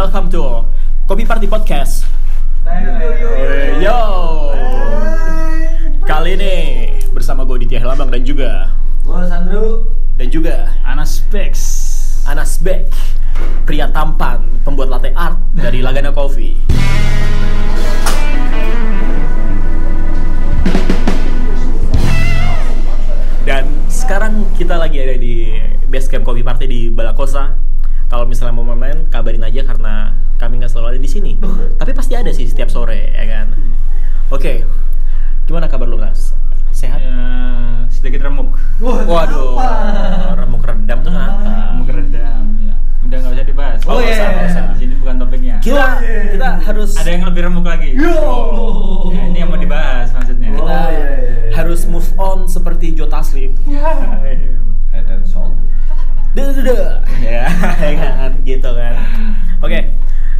welcome to Kopi Party Podcast. Yo. Kali ini bersama gue Ditya Helambang dan juga gue Sandro dan juga Anas Beck, pria tampan pembuat latte art dari Lagana Coffee. Dan sekarang kita lagi ada di base camp Kopi Party di Balakosa. Kalau misalnya mau main, kabarin aja karena kami nggak selalu ada di sini. Tapi pasti ada sih setiap sore, ya kan? Oke. Gimana kabar lu, Mas? Sehat? Ya, sedikit remuk. Waduh. Remuk redam tuh apa? Remuk redam. Ya. Udah nggak usah dibahas. Oh, nggak usah. Di sini bukan topiknya. Kita harus Ada yang lebih remuk lagi. Ya, ini yang mau dibahas maksudnya. kita harus move on seperti Joe Taslim. Head and Shoulder. Ya, kan gitu kan. Oke.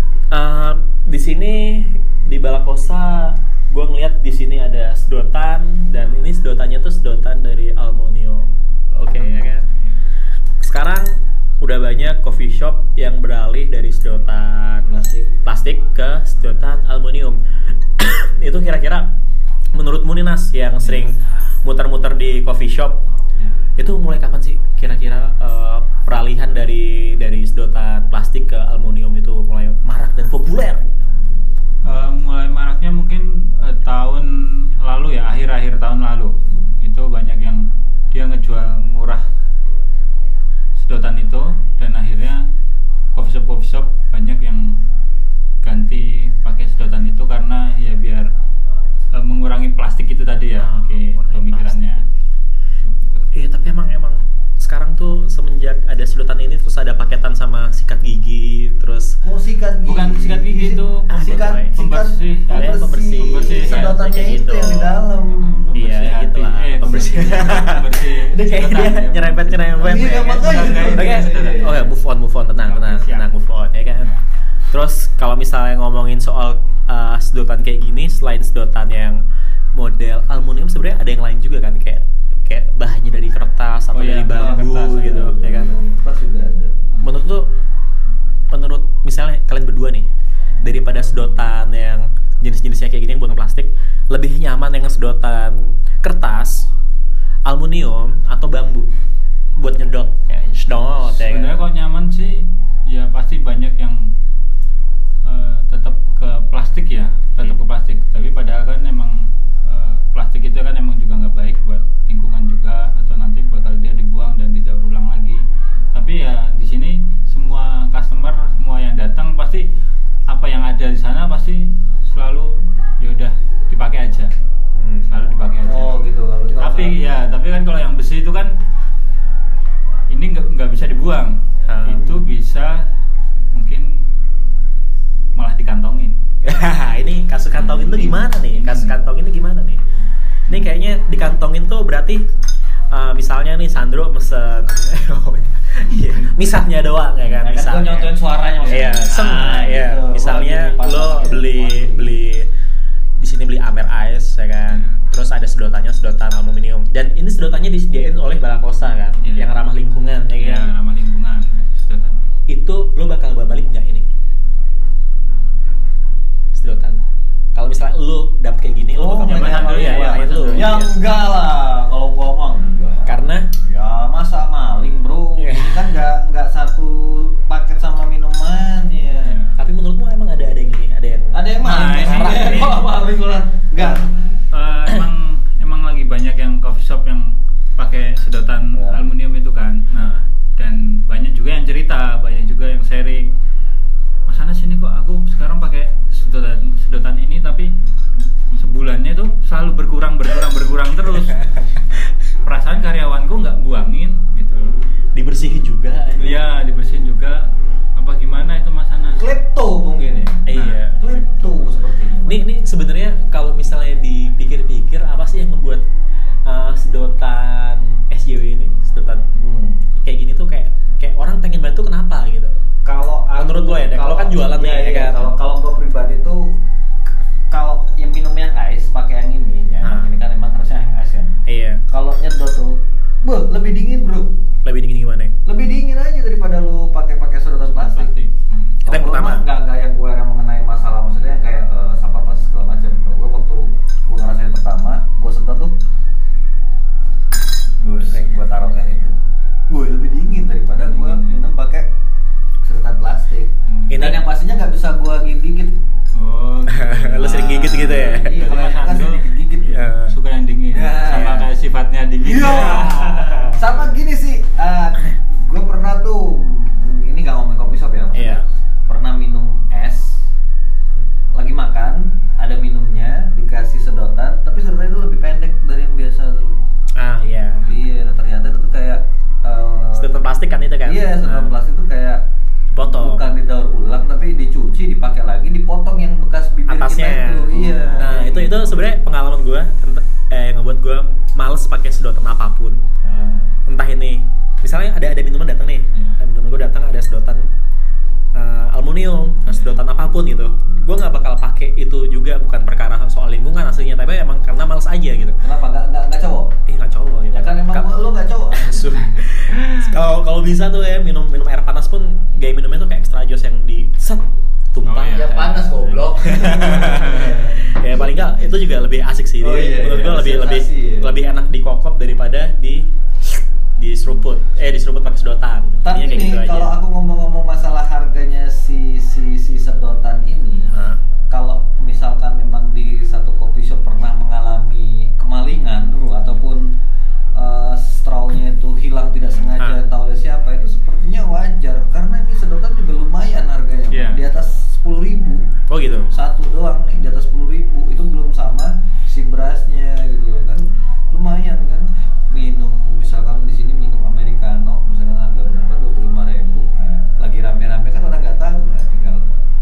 Di sini di Balakosa gue ngeliat di sini ada sedotan dan ini sedotannya tuh sedotan dari aluminium. Oke, ya kan. Sekarang udah banyak coffee shop yang beralih dari sedotan plastik ke sedotan aluminium. Itu kira-kira menurutmu nih Nas yang sering muter-muter di coffee shop, itu mulai kapan sih kira-kira peralihan dari sedotan plastik ke aluminium itu mulai marak dan populer? Mulai maraknya mungkin tahun lalu ya, akhir-akhir tahun lalu. Itu banyak yang dia ngejual murah sedotan itu dan akhirnya coffee shop banyak yang ganti pakai sedotan itu karena ya biar mengurangi plastik itu tadi ya, mungkin pemikirannya. Iya, tapi emang sekarang tuh semenjak ada sedotan ini terus ada paketan sama sikat gigi, terus sikat gigi. Bukan sikat gigi itu, pembersih sedotannya kayak itu gitu. yang di dalam. Iya, gitu lah, pembersih. Udah kayak dia nyerempet. Iya, makanya. Oke, move on, tenang, move on, ya kan. Terus kalau misalnya ngomongin soal sedotan kayak gini, selain sedotan yang model aluminium, sebenarnya ada yang lain juga kan, kayak bahannya dari kertas atau dari bambu kertas, gitu, ya kan. Pas juga ada. Menurut misalnya kalian berdua nih, daripada sedotan yang jenis-jenisnya kayak gini yang bukan plastik, lebih nyaman yang sedotan kertas, aluminium atau bambu buat nyedot? Ya kan. Sebenarnya kalau nyaman sih, ya pasti banyak yang tetap ke plastik ya, ke plastik. Tapi padahal kan emang plastik itu kan emang juga nggak baik buat lingkungan juga, atau nanti bakal dia dibuang dan didaur ulang lagi. Tapi ya di sini semua customer, semua yang datang pasti apa yang ada di sana pasti selalu ya udah dipakai aja, selalu dipakai aja. Oh gitu. Tapi kan kalau yang besi itu kan ini nggak bisa dibuang, itu bisa mungkin malah dikantongin. Ini kasus kantongin tuh gimana nih? Ini kayaknya dikantongin tuh berarti misalnya nih Sandro mesen misalnya doang ya kan? Kan gue nyontoin suaranya maksudnya. Iya. Gitu. Misalnya lo beli di sini beli Amer Ice ya kan? Terus ada sedotannya sedotan aluminium dan ini sedotannya disediain oleh Balakosa kan? Yang ramah lingkungan ya kan? Iya, ramah lingkungan sedotannya. Itu lo bakal balik nggak ini? Sedotan. Kalau misalnya lu dapet kayak gini, lu bakal main lu. Ya enggak lah, kalau gua mah enggak. Karena ya masa maling, Bro. Ini kan enggak satu paket sama minuman ya. Tapi menurutmu emang ada yang gini, ada yang maling. Maling lah. Enggak. Emang lagi banyak yang coffee shop yang pakai sedotan aluminium itu kan. Nah, dan banyak juga yang cerita, banyak juga yang sharing. Mas Anas, ini kok aku sekarang pakai sedotan ini tapi sebulannya tuh selalu berkurang terus. Perasaan karyawanku nggak buangin gitu. dibersihin juga. Iya, dibersihin juga. Apa gimana itu Mas Anas? Klepto mungkin ya. Iya. Klepto seperti ini. Ini sebenarnya kalau misalnya dipikir-pikir apa sih yang membuat sedotan SJW ini, sedotan kayak gini tuh kayak orang pengen bantu kenapa gitu? Kalau menurut lo ya, kalau kan jualan nih ya kan. Kalau gue pribadi tuh kalau yang minum yang ice pakai yang ini ya, ini kan emang harusnya yang ice kan. Iya. Kalau nyedot tuh, lebih dingin bro. Lebih dingin gimana? Lebih dingin aja daripada lu pakai sedotan plastik. Kita pertama. Nggak yang gue yang mengenai masalah, maksudnya yang kayak sapapas segala macam. Kalau gue waktu gue ngerasain pertama, gue sedot tuh, gue taruh kan itu, gue lebih dingin daripada gue minum pakai sedotan plastik. Dan yang pastinya nggak bisa gue gigit. Oh, gitu. Lu sering gigit gitu ya? Iya, kalau yang kan sering gigit ya. Suka yang dingin, sama kayak sifatnya dingin. Iya. Sama gini sih, gue pernah tuh, ini nggak ngomongin kopi shop ya, maksudnya pernah minum es, lagi makan, ada minumnya, dikasih sedotan, tapi sedotan itu lebih pendek dari yang biasa tuh. Iya. Iya, nah ternyata itu tuh kayak sedotan plastik kan itu kan? Iya, sedotan plastik tuh kayak potong. Bukan didaur ulang, tapi dicuci, dipakai lagi, dipotong yang bekas bibir atasnya. kita itu. Iya. Nah itu sebenarnya pengalaman gue yang ngebuat gue males pakai sedotan apapun. Entah ini, misalnya ada minuman datang nih, minuman gue datang ada sedotan aluminium, sedotan apapun gitu, gue nggak bakal pakai itu juga, bukan perkara soal lingkungan aslinya, tapi emang karena males aja gitu. Kenapa nggak cowok? Nggak cowok gitu. Ya kan emang lo nggak cowok. Kalau bisa tuh ya minum air panas pun gaya minumnya tuh kayak extra joss yang di set tumpah. Ya panas goblok. Ya paling nggak itu juga lebih asik sih. Menurut gue lebih enak dikokop daripada diseruput pakai sedotan. Tapi nih gitu kalau aku ngomong-ngomong masalah harganya si sedotan ini, kalau misalkan memang di satu coffee shop pernah mengalami kemalingan ataupun strawnya itu hilang tidak sengaja tahu oleh siapa, itu sepertinya wajar karena ini sedotan juga lumayan harganya, di atas 10.000. Oh gitu. Satu doang nih di atas 10.000, itu belum sama si berasnya gitu loh kan, lumayan kan. Misalkan di sini minum americano misalkan harga berapa, 25.000, lagi rame-rame kan orang nggak tahu, tinggal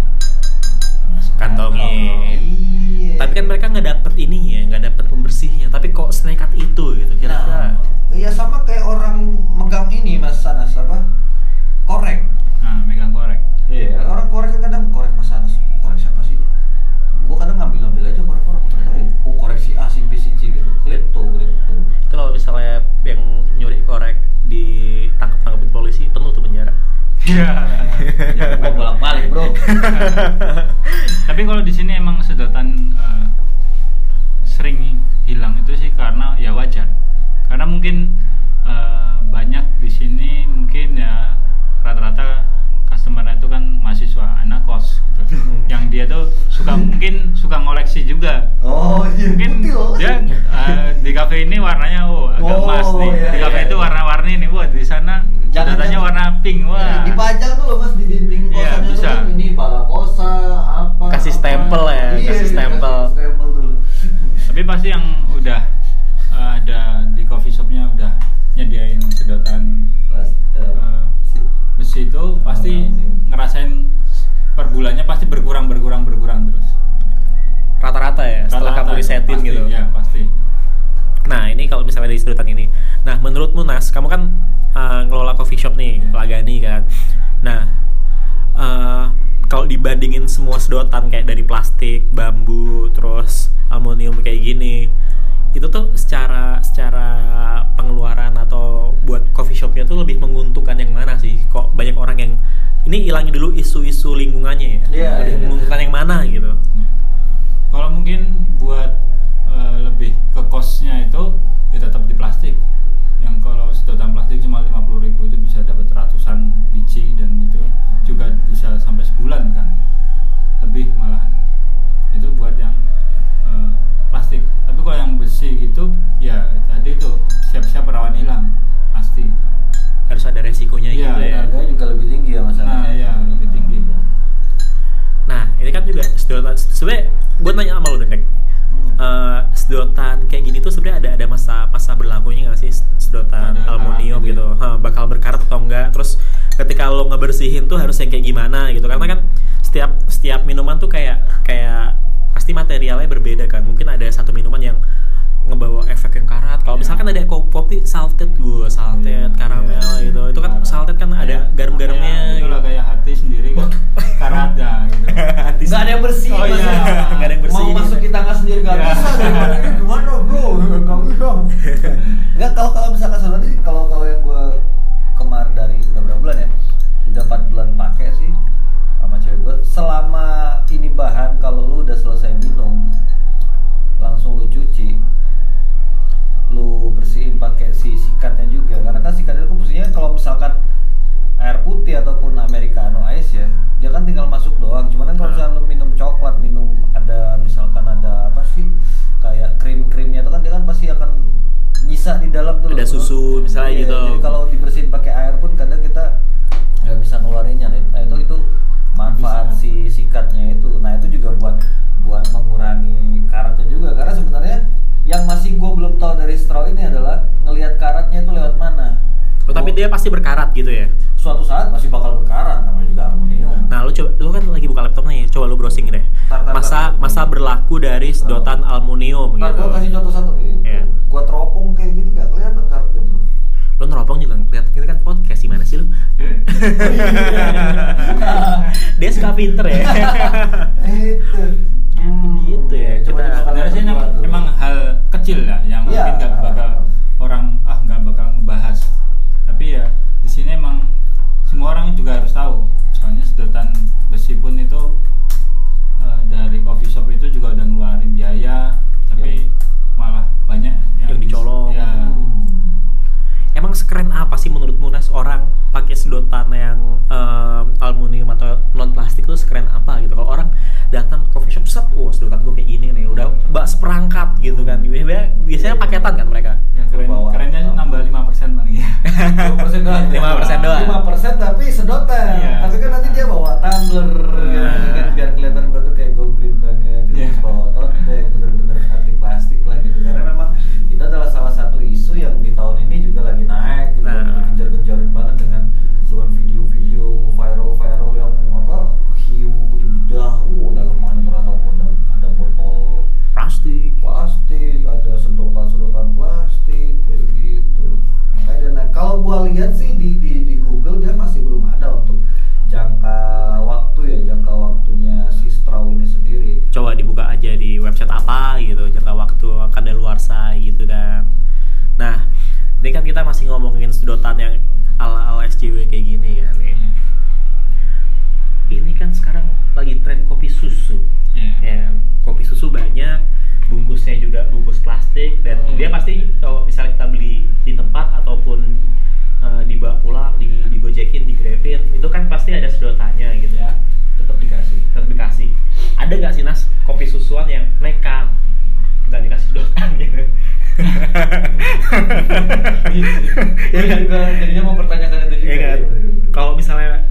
kantongi. Iya. Tapi kan mereka nggak dapet ini ya, nggak dapet pembersihnya. Tapi kok senekat itu gitu kira-kira? Iya sama kayak orang megang ini Mas Sanas korek. Megang korek. Iya. Orang korek kan kadang korek Mas Sanas, korek siapa sih? Gua kadang ngambil aja korek orang, korek si A, si B, si C gitu. Klepto. Kalau misalnya yang nyuri korek ditangkapin polisi, penuh tuh penjara. Iya. Ya gua bolak-balik, Bro. Tapi kalau di sini emang sedotan sering hilang itu sih karena ya wajar. Karena mungkin banyak di sini mungkin ya rata-rata customer itu kan mahasiswa, anak kos gitu. Yang dia tuh mungkin suka ngoleksi juga. Oh iya. Mungkin dia di kafe ini warnanya agak emas nih. Di kafe itu warna-warni nih, di sana sedotannya warna pink. Wah. Dipajang tuh loh Mas di dinding kosannya tuh, ini balakosa apa. Kasih stempel ya, kasih stempel dulu. Tapi pasti yang udah ada di coffee shopnya udah nyediain sedotan besi itu pasti ngerasain per bulannya pasti berkurang terus. Rata-rata ya, setelah kamu risetin pasti, gitu. Ya pasti. Nah ini kalau misalnya dari sedotan ini, nah menurutmu Nas, kamu kan ngelola coffee shop nih, Lagani kan. Nah kalau dibandingin semua sedotan kayak dari plastik, bambu, terus aluminium kayak gini, itu tuh secara pengeluaran atau buat coffee shopnya tuh lebih menguntungkan yang mana sih? Kok banyak orang yang ini hilangin dulu isu-isu lingkungannya ya? Lebih menguntungkan yang mana gitu? Kalau mungkin buat lebih ke cost-nya itu ya tetap di plastik. Yang kalau sedotan plastik cuma 50.000 itu bisa dapat ratusan biji dan itu juga bisa sampai sebulan kan, lebih malahan. Itu buat yang plastik. Tapi kalau yang besi gitu ya tadi tuh siap-siap rawan hilang pasti. Harus ada resikonya gitu ya. Harganya juga lebih tinggi ya masalahnya. Nah ya lebih tinggi. Nah ini kan juga sedotan. Sebenarnya gue nanya sama lu Dek. Sedotan kayak gini tuh sebenarnya ada masa berlakunya nggak sih sedotan aluminium gitu? Bakal berkarat atau enggak? Terus ketika lo ngebersihin tuh harus yang kayak gimana gitu? Karena kan setiap minuman tuh kayak pasti materialnya berbeda kan. Mungkin ada satu minuman yang ngebawa efek yang karat. Kalau misalkan ada kopi salted karamel gitu. Itu kan salted kan ada garam-garamnya. Itu lah kayak hati sendiri kan karatnya gitu. Nggak ada yang bersih. Nggak ada yang bersih. Mau masukin tangan sendiri nggak bisa. Gimana bro? Nggak bisa. Nggak kalau misalkan saudara ini kalau yang gue kemarin dari udah berapa bulan ya? Udah 4 bulan pakai sih sama cewek gue selama ini bahan kalau lu udah selesai minum langsung lu cuci, lu bersihin pakai si sikatnya juga, karena kan sikatnya itu fungsinya kalau misalkan air putih ataupun americano ice ya, dia kan tinggal masuk doang. Cuman kan kalau misalkan lu minum coklat, minum ada misalkan ada apa sih kayak krim-krimnya itu kan dia kan pasti akan nyisa di dalam tuh. Ada susu misalnya gitu. Jadi kalau dibersihin pakai air pun kadang kita nggak bisa ngeluarinnya. Nah, itu manfaat si sikatnya itu. Nah itu juga buat mengurangi karatnya juga, karena sebenarnya yang masih gue belum tahu dari straw ini adalah ngelihat karatnya itu lewat mana. Oh, tapi dia pasti berkarat gitu ya? Suatu saat masih bakal berkarat, namanya juga aluminium. Nah, lu kan lagi buka laptop nih, coba lu browsing deh. Masa berlaku dari sedotan aluminium gitu. Gua kasih contoh satu gitu. Yeah. Gua teropong kayak gini nggak kelihatan karatnya, bro. Lu neropong juga kelihatan, ini kan podcast, gimana sih lu? Dia suka pinter ya. Itu. Gitu ya. Kita sebenarnya sih emang hal kecil lah yang mungkin nggak bakal orang nggak bakal ngebahas. Tapi ya di sini emang semua orang juga harus tahu. Soalnya sedotan besi pun itu dari coffee shop itu juga udah ngeluarin biaya, tapi malah banyak yang dicolong. Ya. Emang sekeren apa sih menurutmu Nas orang pakai sedotan yang aluminium atau non plastik itu sekeren apa gitu? Kalau orang datang coffee shop set, sedotan gue kayak gini nih, udah bak seperangkat gitu kan. Biasanya paketan kan mereka. Ya kerennya nambah 5% paling ya. 5% doang. 5% doang. 5% tapi sedotan. Iya. Tapi kan nanti dia bawa tumbler kan biar kelihatan gua tuh kayak go green banget. Terus bawa tote bag, bener-bener anti plastik lah gitu. Karena memang itu adalah salah satu isu yang di tahun ini juga lagi naik gitu. Digenjar-genjarin banget dengan video-video viral yang apa hiu di bedah, dalamnya ternyata ada botol Plastik, ada sedotan plastik kayak gitu. Makanya kalau gua lihat sih di Google dia masih belum ada untuk jangka waktunya si straw ini sendiri. Coba dibuka aja di website apa gitu, jangka waktu kadaluarsa gitu kan. Nah, ini kan kita masih ngomongin sedotan yang ala SJW kayak gini kan nih. Ini kan sekarang lagi tren kopi susu. Ya, kopi susu banyak, bungkusnya juga bungkus plastik, dan dia pasti kalau misalnya kita beli di tempat ataupun dibawa pulang, digojekin, digrabin, itu kan pasti ada sedotannya gitu ya. Tetap dikasih. Ada nggak sih Nas kopi susuan yang nekat nggak dikasih sedotan gitu? Ya juga jadinya mau pertanyakan itu juga. Ya kan? Kalau misalnya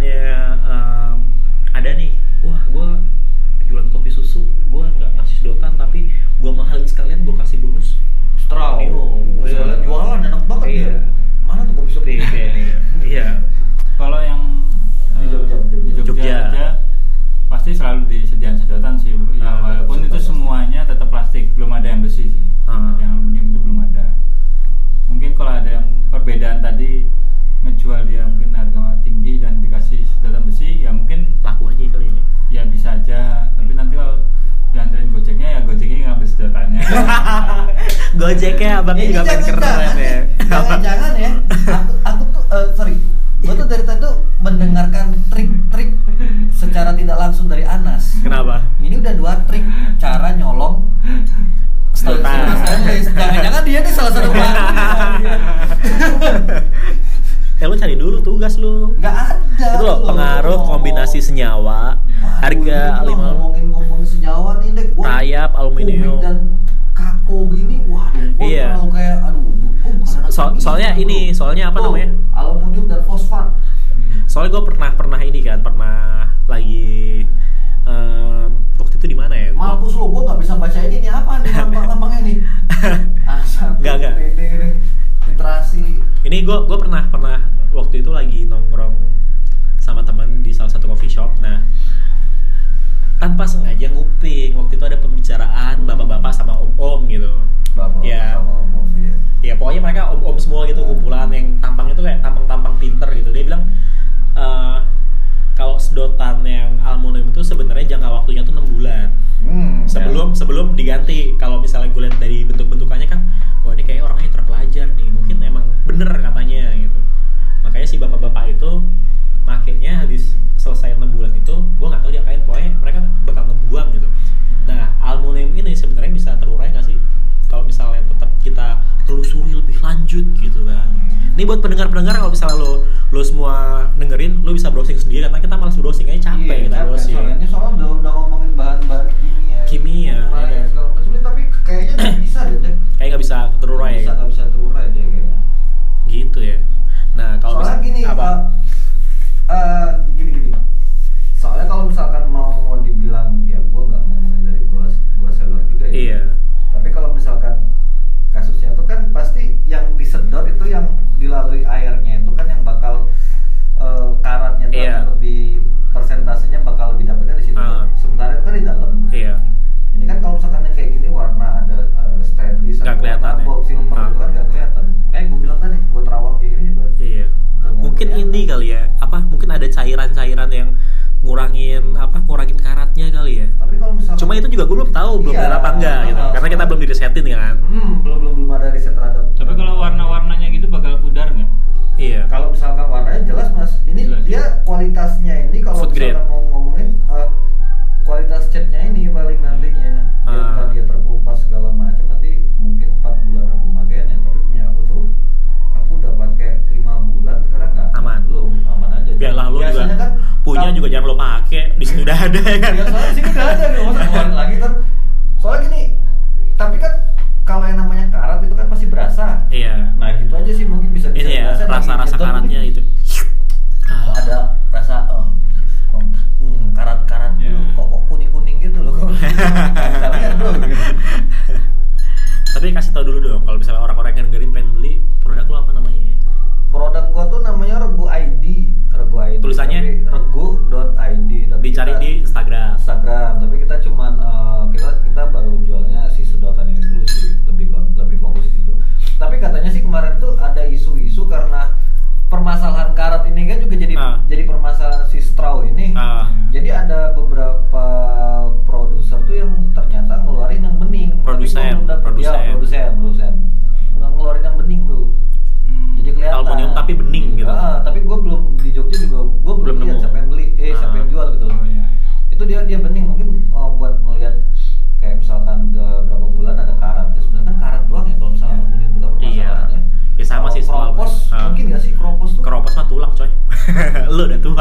ada nih, wah gue jualan kopi susu, gue nggak ngasih sedotan tapi gue mahalin sekalian, gue kasih bonus straw. Sekalian jualan enak banget ya. Mana tuh kopi shop? Iya. Kalau yang di Jogja aja pasti selalu disediakan sedotan sih, ya, walaupun itu semuanya tetap plastik, belum ada yang besi sih. Yang aluminium itu belum ada. Mungkin kalau ada yang perbedaan tadi ngejual dia mungkin harga tinggi dan dikasih sedotan besi, ya mungkin laku aja kali ya. Ya bisa aja, tapi nanti kalau dianterin Gojeknya ya Gojeknya ngambil sedotannya. Gojeknya abangnya juga main keren ya. Jangan ya. Aku tuh gue tuh dari tadi tuh mendengarkan trik-trik secara tidak langsung dari Anas. Kenapa? Ini udah 2 trik cara nyolong sedotan. Jangan-jangan dia nih salah satu pelakunya. Ya lu cari dulu tugas lu. Nggak ada. Itu loh pengaruh kombinasi senyawa. Harga 5 ngomongin senyawa nih, Dek. Rayap, aluminium dan kako gini, waduh. Iya. Kalau kayak soalnya apa namanya? Aluminium dan fosfat. Soalnya gue pernah lagi waktu itu di mana ya? Mampus lo, gue nggak bisa baca ini apa nih lambang-lambangnya nih. Enggak. Literasi. Ini gue pernah waktu itu lagi nongkrong sama teman di salah satu coffee shop. Nah, tanpa sengaja nguping, waktu itu ada pembicaraan bapak-bapak sama om-om gitu. Bapak sama om ya. Ya pokoknya mereka om-om semua gitu, kumpulan yang tampangnya tuh kayak tampang-tampang pinter gitu. Dia bilang kalau sedotan yang aluminium itu sebenarnya jangka waktunya tuh 6 bulan. Sebelum diganti. Kalau misalnya gue lihat dari bentuk-bentukannya kan, wah ini kayak orangnya terpelajar nih, mungkin emang bener katanya gitu. Makanya si bapak-bapak itu makainya habis selesai 6 bulan itu, gue nggak tahu dia Ini buat pendengar-pendengar kalau misalnya lo semua dengerin, lo bisa browsing sendiri karena kita malas browsing aja capek kita browsing. Soalnya udah ngomongin bahan-bahan kimia segala macam, tapi kayaknya nggak bisa deh. Kayak nggak bisa terurai. Nggak bisa terurai deh kayaknya. Gitu ya. Nah kalau soalnya gini, gini. Soalnya kalau misalkan mau dibilang ya gue nggak ngomongin dari gue seller juga ya. Iya. Tapi kalau misalkan kasusnya itu kan pasti yang disedot itu yang dilalui airnya itu kan yang bakal karatnya itu akan lebih persentasenya bakal lebih dapatnya di situ. Sementara itu kan di dalam. Iya. Ini kan kalau misalkan yang kayak gini warna ada stainless, ada warna gold, silver itu kan nggak kelihatan. Kayak gue bilang tadi buat terawang kayak gini juga. Iya. Mungkin ini kali ya. Mungkin ada cairan-cairan yang ngurangin karatnya kali ya. Tapi kalau misalkan cuma itu juga gue belum tahu belum benar apa enggak gitu. Karena kita belum dirisetin kan. Belum ada riset terhadap. Tapi kalau warna-warnanya gitu bakal pudar nggak? Iya. Kalau misalkan warnanya jelas mas. Ini jelas, dia kualitasnya ini kalau misalkan mau ngomongin kualitas catnya ini paling nantinya. Dia terkelupas segala macam nanti mungkin 4 bulan pemakaiannya. Tapi punya aku udah pakai 5 bulan sekarang nggak aman. Belum aman aja. Biarlah lo juga kan, punya juga jangan lo pakai di sini udah ada ya kan. Ya soalnya di sini udah ada nih, masa keluarin lagi kan. Soalnya gini, tapi kan kalau yang namanya karat itu kan pasti berasa. Iya. Nah gitu aja sih mungkin bisa ini ya rasa karatnya itu. Ada rasa karat-karat kok kuning-kuning gitu loh kok. Tapi kasih tau dulu dong kalau misalnya orang-orang yang dengerin pengen beli produk lo apa namanya? Produk gua tuh namanya Regu ID. Tulisannya regu.id. Tapi dicari di Instagram. Tapi kita cuman kita baru jualnya si sedotan ini dulu sih, lebih fokus di situ. Tapi katanya sih kemarin tuh ada isu-isu karena permasalahan karat ini kan juga jadi permasalahan si straw ini. Jadi ada beberapa produser tuh yang ternyata ngeluarin yang bening. Produsen. Ngeluarin yang bening tuh. Jadi kelihatan aluminium tapi bening gitu. Tapi gue belum di Jogja juga gue belum lihat siapa yang beli, siapa yang jual gitu. Itu dia bening mungkin buat melihat kayak misalkan udah berapa bulan ada karat. Sebenarnya kan karat doang ya kalau misalnya aluminium juga permasalahannya. Ya sama sih Kropos, mungkin nggak sih Kropos tuh? Kropos mah tulang coy. Lu udah tua.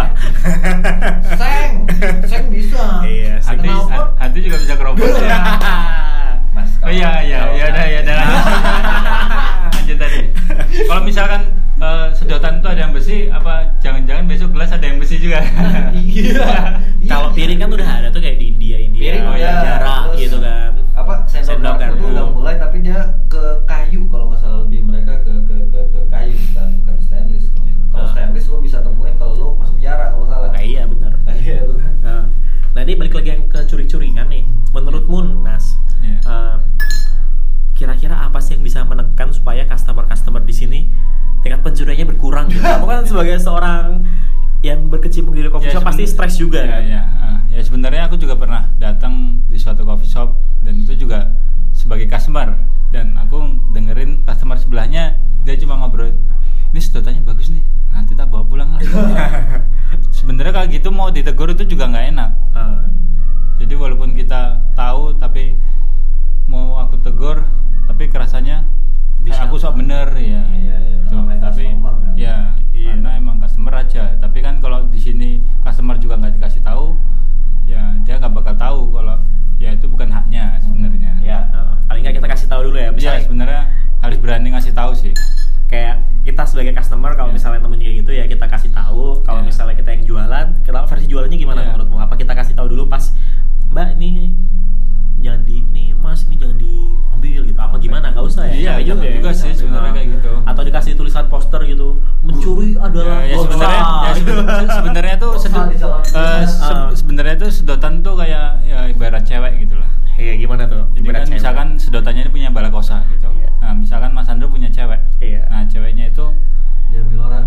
Seng bisa. Iya. Hati juga bisa Kropos ya. Mas. Oh iya udah. Lanjut tadi. Kalau misalkan sedotan itu ada yang besi, apa jangan-jangan besok gelas ada yang besi juga? Iya. Kalau piring kan udah ada tuh kayak di India, jarak gitu kan. Sendok garpu udah mulai, tapi dia ke kayu kalau nggak salah, lebih mereka ke kayu bukan stainless. Kalau stainless lo bisa temuin kalau lo masuk penjara kalau salah. Iya benar. Iya itu kan. Nah ini balik lagi yang ke curi-curingan nih. Menurutmu Nas, kira-kira apa sih yang bisa menekan supaya customer di sini tingkat pencuriannya berkurang gitu? Kamu kan sebagai seorang yang berkecimpung di coffee shop pasti stres juga kan? Ya sebenarnya aku juga pernah datang di suatu coffee shop dan itu juga sebagai customer, dan aku dengerin customer sebelahnya dia cuma ngobrol, ini sedotannya bagus nih, nanti tak bawa pulang lah. Sebenarnya kalau gitu mau ditegur itu juga nggak enak. Jadi walaupun kita tahu tapi mau aku tegur tapi kerasanya aku sok bener ya. Tapi karena emang customer aja. Tapi kan kalau di sini customer juga nggak dikasih tahu, ya dia nggak bakal tahu kalau ya itu bukan haknya sebenarnya. Paling nggak kita kasih tahu dulu ya. Misalnya sebenarnya harus berani ngasih tahu sih. Kayak kita sebagai customer kalau misalnya temennya gitu ya kita kasih tahu. Kalau misalnya kita yang jualan, kita versi jualannya gimana menurutmu? Apa kita kasih tahu dulu pas Mbak ini jangan Mas ini jangan diambil gitu, apa gimana, nggak usah ya? Iya juga sih sebenarnya kayak gitu. Atau dikasih tulisan poster gitu, mencuri adalah sebenarnya tuh sebenarnya tuh sedotan tuh kayak ya ibarat cewek gitulah. Iya gimana tuh? Jadi kan misalkan sedotannya ini punya balakosa gitu. Nah misalkan Mas Andro punya cewek. Nah ceweknya itu diambil orang.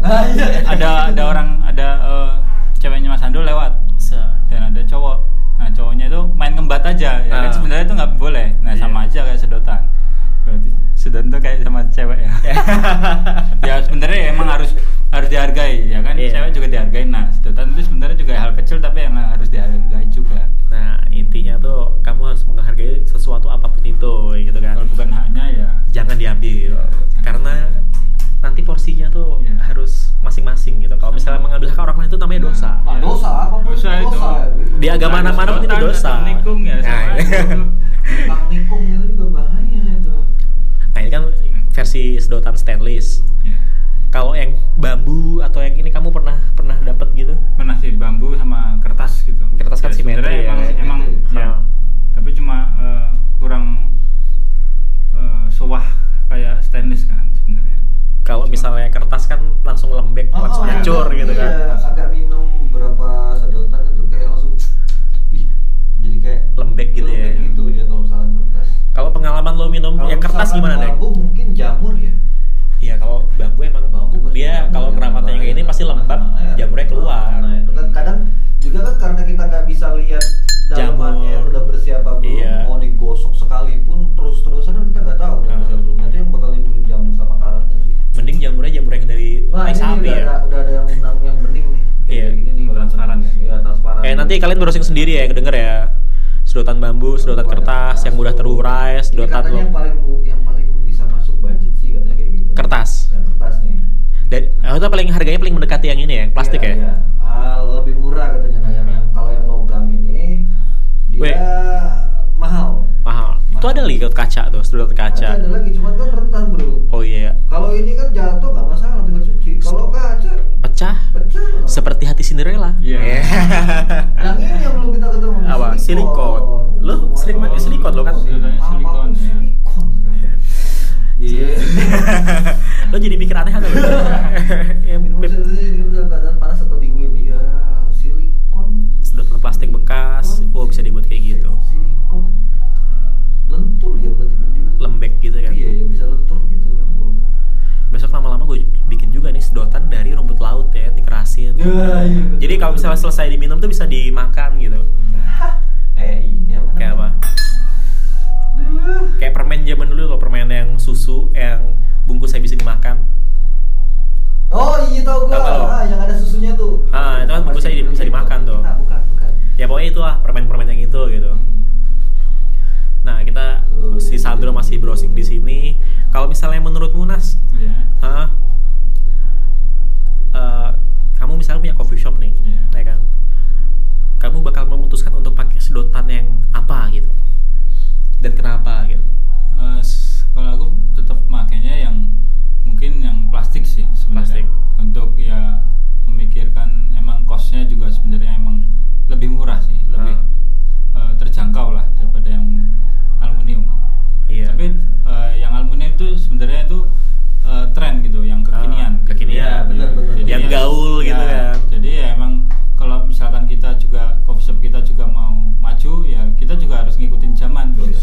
ada ceweknya Mas Andro lewat dan ada cowok. Nah cowoknya itu main ngembat aja, ya kan sebenarnya itu nggak boleh. Nah sama aja kayak sedotan. Berarti sedotan tuh kayak sama cewek ya. Ya sebenarnya emang harus dihargai, ya kan. Cewek juga dihargai. Nah sedotan itu sebenarnya juga hal kecil tapi yang harus dihargai juga. Nah intinya tuh kamu harus menghargai sesuatu apapun itu, gitu kan. Kalau bukan haknya ya jangan diambil. Karena nanti porsi Di agama mana-mana pun itu dosa. Nikung ya. Nah, Tukang nikung itu juga bahaya itu. nah ini kan versi sedotan stainless. Ya. Kalau yang bambu atau yang ini kamu pernah dapat gitu? Pernah sih bambu sama kertas gitu. Kertas kan simetri sebenarnya ya. emang ya. Tapi cuma kurang sowah kayak stainless kan sebenarnya. Kalau misalnya kertas kan langsung lembek, langsung hancur gitu kan. Iya, agak minum beberapa sedotan itu kayak langsung jadi kayak Lembek gitu ya. Lembek gitu dia kalau misalkan kertas. Kalau pengalaman lo minum Kalau yang kertas misalkan gimana, Dek? Bambu mungkin jamur ya. Iya, kalau bambu emang Bambu pasti dia jamur kalau ya, keramatnya kayak ini pasti lembab, ya. jamurnya keluar. Nah, itu kan kadang juga kan karena kita nggak bisa lihat dalamannya Jamur. udah bersih apa belum, Iya. mau digosok sekalipun terus-terusan kan kita nggak tahu udah bersih apa belum. Nah, itu yang bakal nimbulin jamur sama karatnya sih. Mending jamur yang dari Wah, tai ini sapi udah ya. udah ada yang bening nih. Iya. Kayak gini nih kalau Transparan. Iya, transparan. Nanti kalian browsing sendiri ya, denger ya. Sedotan bambu, sedotan kertas yang mudah terurai, Ini sedotan katanya yang paling bisa masuk budget sih katanya kayak gitu. Kertas. Yang kertas nih. Dan itu paling harganya paling mendekati yang ini ya, plastik Iya, ya. iya. Lebih murah katanya. Nah, yang kalau yang logam ini dia Weh. mahal. Mahal. Itu ada lagi kaca tuh, sedotan kaca. Ada lagi, cuman kan rentan bro. Oh iya, Kalau ini kan jatuh nggak masalah, tinggal cuci. Kalau kaca pecah pecah. seperti hati Cinderella. Iya. Yang ini yang belum kita ketemu. Apa? Silikon. Lu sering pakai silikon lo kan? Sedotannya silikon ya. Silikon. Iya. Lo jadi mikir aneh-aneh lo. Yang Minum ini dalam keadaan panas atau dingin. Iya, silikon. sedotan plastik bekas, bisa dibuat kayak gitu. Silikon. Lentur ya berarti kan dia. Lembek gitu kan. Iya, ya bisa lentur gitu kan. Besok lama-lama gue bikin juga nih sedotan dari rumput laut ya, dikerasin. Ya, iya, betul. Jadi kalau misalnya selesai diminum tuh bisa dimakan gitu. Kayak ini apa? Kayak apa? Kayak permen zaman dulu loh, permen yang susu yang bungkusnya bisa dimakan. Oh iya tahu gua. Tahu nggak lo? Yang ada susunya tuh. Itu kan bungkusnya bisa dimakan tuh. Bukan. Ya pokoknya itu lah permen-permen yang itu gitu. Nah kita si Sandro masih browsing di sini. Kalau misalnya menurutmu Nas, Iya. kamu misalnya punya coffee shop nih, Iya. ya kan? Kamu bakal memutuskan untuk pakai sedotan yang apa gitu? Dan kenapa gitu? Kalau aku tetap makainya yang mungkin yang plastik sih sebenarnya. Plastik. Untuk ya memikirkan emang costnya juga sebenarnya emang lebih murah sih, lebih terjangkau lah daripada yang aluminium. Iya. Tapi yang aluminium itu sebenarnya itu tren gitu, yang kekinian. Kekinian. Iya, benar. Jadi Yang gaul ya, gitu kan. Jadi ya emang kalau misalkan kita juga coffee shop kita juga mau maju, ya kita juga harus ngikutin zaman. Gitu.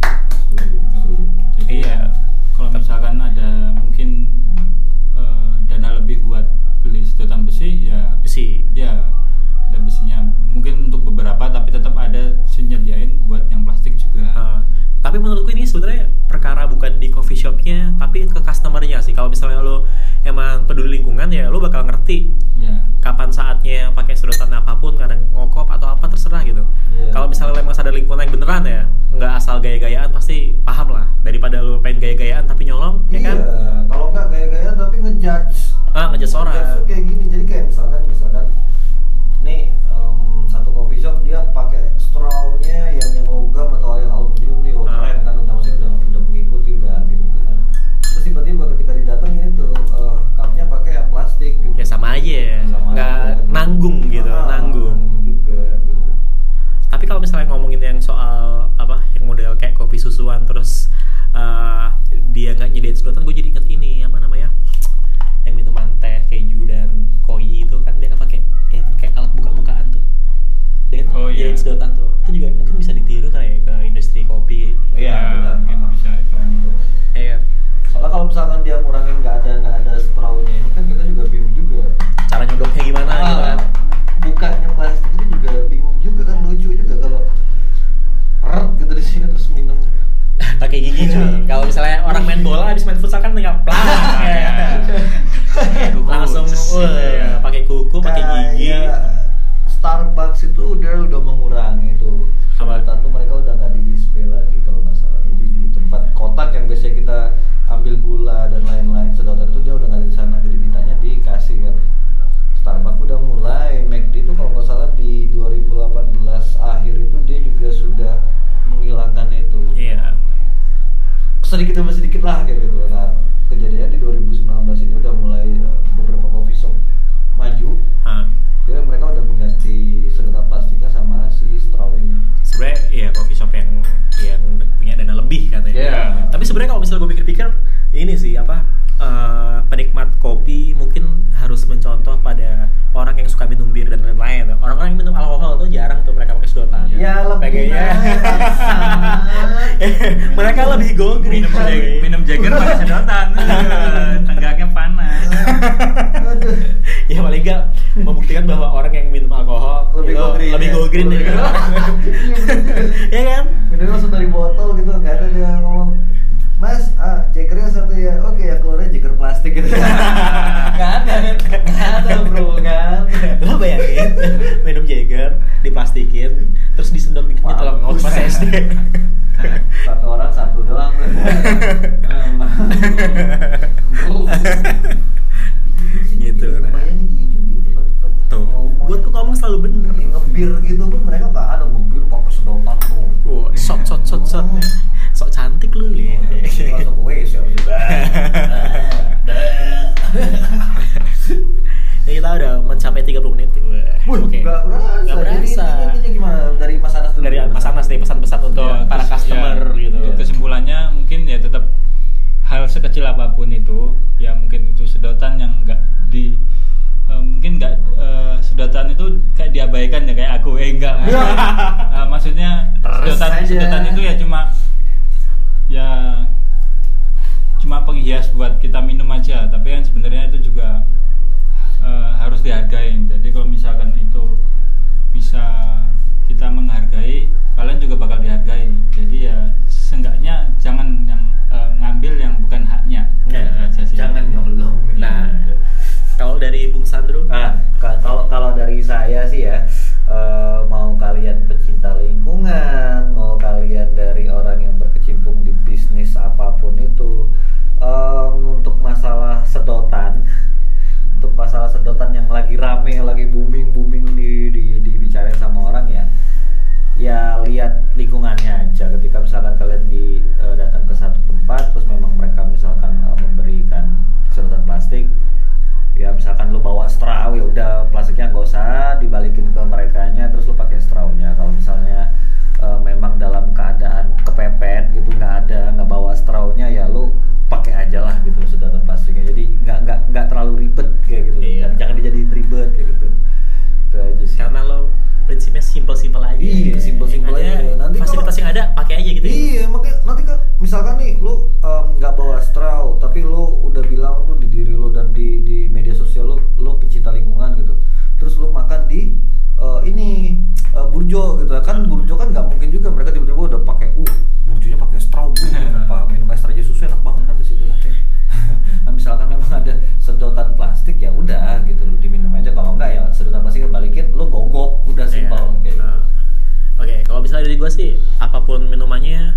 Jadi Iya. ya kalau misalkan ada mungkin dana lebih buat beli sedotan besi, ya Besi. ya ada besinya mungkin untuk beberapa, tapi tetap ada nyediain buat yang plastik juga. Tapi menurutku ini sebenarnya perkara bukan di coffee shopnya, tapi ke customernya sih. Kalau misalnya lo emang peduli lingkungan ya lo bakal ngerti Ya. kapan saatnya pakai sedotan apapun, kadang ngokop atau apa terserah gitu. Iya. Kalau misalnya lo emang sadar lingkungan yang beneran ya, nggak asal gaya-gayaan, pasti paham lah. Daripada lo pengen gaya-gayaan tapi nyolong, ya kan? Kalau nggak gaya-gaya tapi ngejudge. Ngejudge orang. Ngejudge tuh kayak gini. Jadi kayak misalkan nih satu coffee shop dia pakai straw-nya yang logam atau yang aluminium nih, keren kan, maksudnya udah mengikuti, udah gitu kan. Terus tiba-tiba ketika didatengin itu cupnya pakai yang plastik gitu. Ya sama aja ya, Sama nggak aja. nanggung gitu, nanggung. juga gitu. Tapi kalau misalnya ngomongin yang soal apa, yang model kayak kopi susuan terus dia nggak nyediain sedotan, gue jadi inget ini apa namanya, yang minuman teh keju dan koi itu kan dia nggak pakai yang kayak alat buka-bukaan tuh, dia kan nyediain sedotan tuh. Itu juga mungkin bisa ditiru kali ya ke industri kopi. Iya, benar. Mungkin bisa itu. Iya. Soalnya kalau misalkan dia ngurangin nggak ada straw-nya ini kan kita juga bingung juga. Cara nyodoknya gimana gitu kan? Bukanya plastik itu juga bingung juga kan, lucu juga kalau gitu di sini terus minum. Pakai gigi cuy. Kalau misalnya orang main bola habis main futsal kan tinggal plak ya. Langsung pakai kuku, pakai gigi. Starbucks itu udah mengurangi tuh. Sedotan tuh mereka udah nggak di display lagi kalau nggak salah. Jadi di tempat kotak yang biasanya kita ambil gula dan lain-lain, sedotan itu dia udah nggak ada di sana. Jadi mintanya dikasih kan. Starbucks udah mulai, McD itu kalau nggak salah di 2018 sebenarnya kalau misalnya gue pikir-pikir ini sih penikmat kopi mungkin harus mencontoh pada orang yang suka minum bir dan lain-lain. Orang-orang yang minum alkohol tuh jarang tuh mereka pakai sedotan. Ya lebih mereka lebih go green. Minum Jagger pakai sedotan. Tenggaknya panas. Ya paling nggak membuktikan bahwa orang yang minum alkohol lebih go green ya kan. Iya kan? Minum langsung dari botol gitu, nggak ada dia ngomong, Mas, Jaggernya satu ya, oke ya keluarnya Jagger plastik gitu. Nggak ada bro, kan? Lo bayangin minum Jagger diplastikin, terus disedot dikit tolong ngomong pas SD. Satu orang satu doang. Gitu. Bayangin gitu, Tuh, gue tuh ngomong selalu bener. Ngebir gitu pun mereka nggak ada ngebir pakai sedotan tuh. Shot. Sok cantik lu nih. Langsung ke WC juga. Ya kita udah mencapai 30 menit. Oke. Nggak berasa. Jadi intinya gimana dari Mas Anas dulu? Dari Mas Anas nih pesan-pesan untuk para customer gitu. Untuk kesimpulannya mungkin ya tetap hal sekecil apapun itu, ya mungkin itu sedotan yang mungkin sedotan itu kayak diabaikan ya kayak aku enggak. Maksudnya sedotan itu ya cuma penghias buat kita minum aja, tapi kan sebenarnya itu juga harus dihargai. Jadi kalau misalkan itu bisa kita menghargai, kalian juga bakal dihargai. Jadi ya seenggaknya jangan yang ngambil yang bukan haknya. Jangan nyolong. Nah, kalau dari Bung Sandro? Kalau dari saya sih ya, mau kalian pecinta lingkungan, mau kalian dari orang yang berkecimpung di bisnis apapun itu, untuk masalah sedotan yang lagi rame, lagi booming dibicarain sama orang ya lihat lingkungannya aja. Ketika misalkan kalian datang ke satu tempat, terus memang mereka misalkan memberikan sedotan plastik, ya misalkan lu bawa straw, ya udah plastiknya nggak usah dibalikin ke merekanya, terus lu pakai strawnya. Kalau misalnya memang dalam keadaan kepepet gitu, nggak bawa strawnya, ya lu pakai aja lah gitu sedotan plastiknya. Jadi nggak terlalu ribet kayak gitu. Jangan dijadiin ribet kayak gitu. Itu aja sih. Karena lo prinsipnya simple aja. Iya, simple aja. Nanti fasilitas yang ada pakai aja gitu. Iya, makanya nanti kan misalkan nih lu nggak bawa straw, tapi lu udah bilang tuh di diri lu dan di media sosial lu pecinta lingkungan gitu. Terus lu makan di burjo gitu kan. Burjo kan nggak mungkin juga mereka tiba-tiba udah pakai burjonya pakai straw apa minum es aja susu enak banget kan di situ kan. Nah, misalkan memang ada sedotan plastik, ya udah gitu lu diminum aja. Kalau enggak ya sedotan plastik balikin, lu gogok, udah simpel. Oke, kalau misalnya dari gue sih apapun minumnya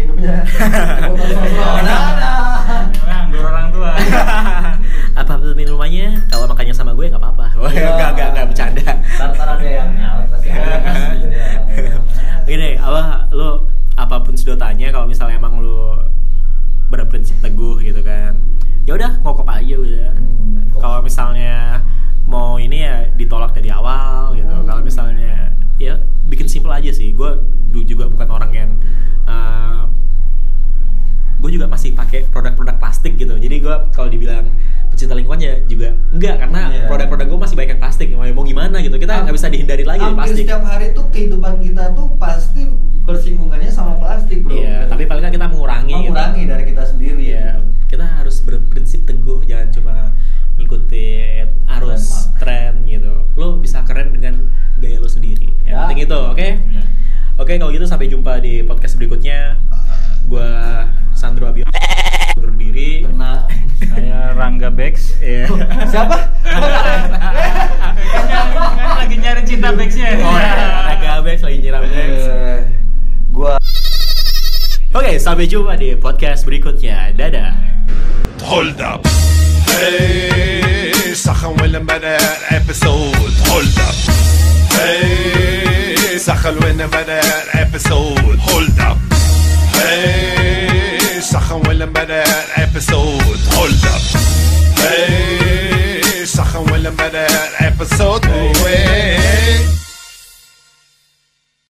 anggur orang tua. Apapun minumannya, kalau makannya sama gue nggak apa-apa. Nggak bercanda. Ntar ada yang nyalek pasti ada. Gini, lu apapun sedotannya, kalau misalnya emang lu berprinsip teguh gitu kan, ya udah ngokop aja udah. Kalau misalnya mau ini ya ditolak dari awal gitu. Kalau misalnya ya bikin simple aja sih. Gue juga bukan orang yang gue juga masih pakai produk-produk plastik gitu. Jadi gue kalau dibilang pecinta lingkungan ya juga enggak, karena produk-produk gue masih banyak yang plastik. Mau gimana gitu, kita nggak bisa dihindari lagi dari plastik. Setiap hari tuh kehidupan kita tuh pasti bersinggungannya sama plastik bro. Iya, tapi paling kan kita mengurangi gitu. Dari kita sendiri. Iya, kita harus berprinsip teguh, jangan cuma ngikutin arus tren gitu. Lo bisa keren dengan gaya lo sendiri. Yang penting itu, oke? Oke, kalau gitu sampai jumpa di podcast berikutnya. Gua Sandro Abio undur diri. Saya Rangga Bex. Iya. Siapa? Lagi nyari cinta Bex-nya. Rangga Bex lagi nyiram Bex. Oke, sampai jumpa di podcast berikutnya. Dadah. Hold up. Hey, سخن وين بدأ episode. Hold up. Hey, سخن وين بدأ episode. Hold up. Hey, سخن وين بدأ episode. Hold up.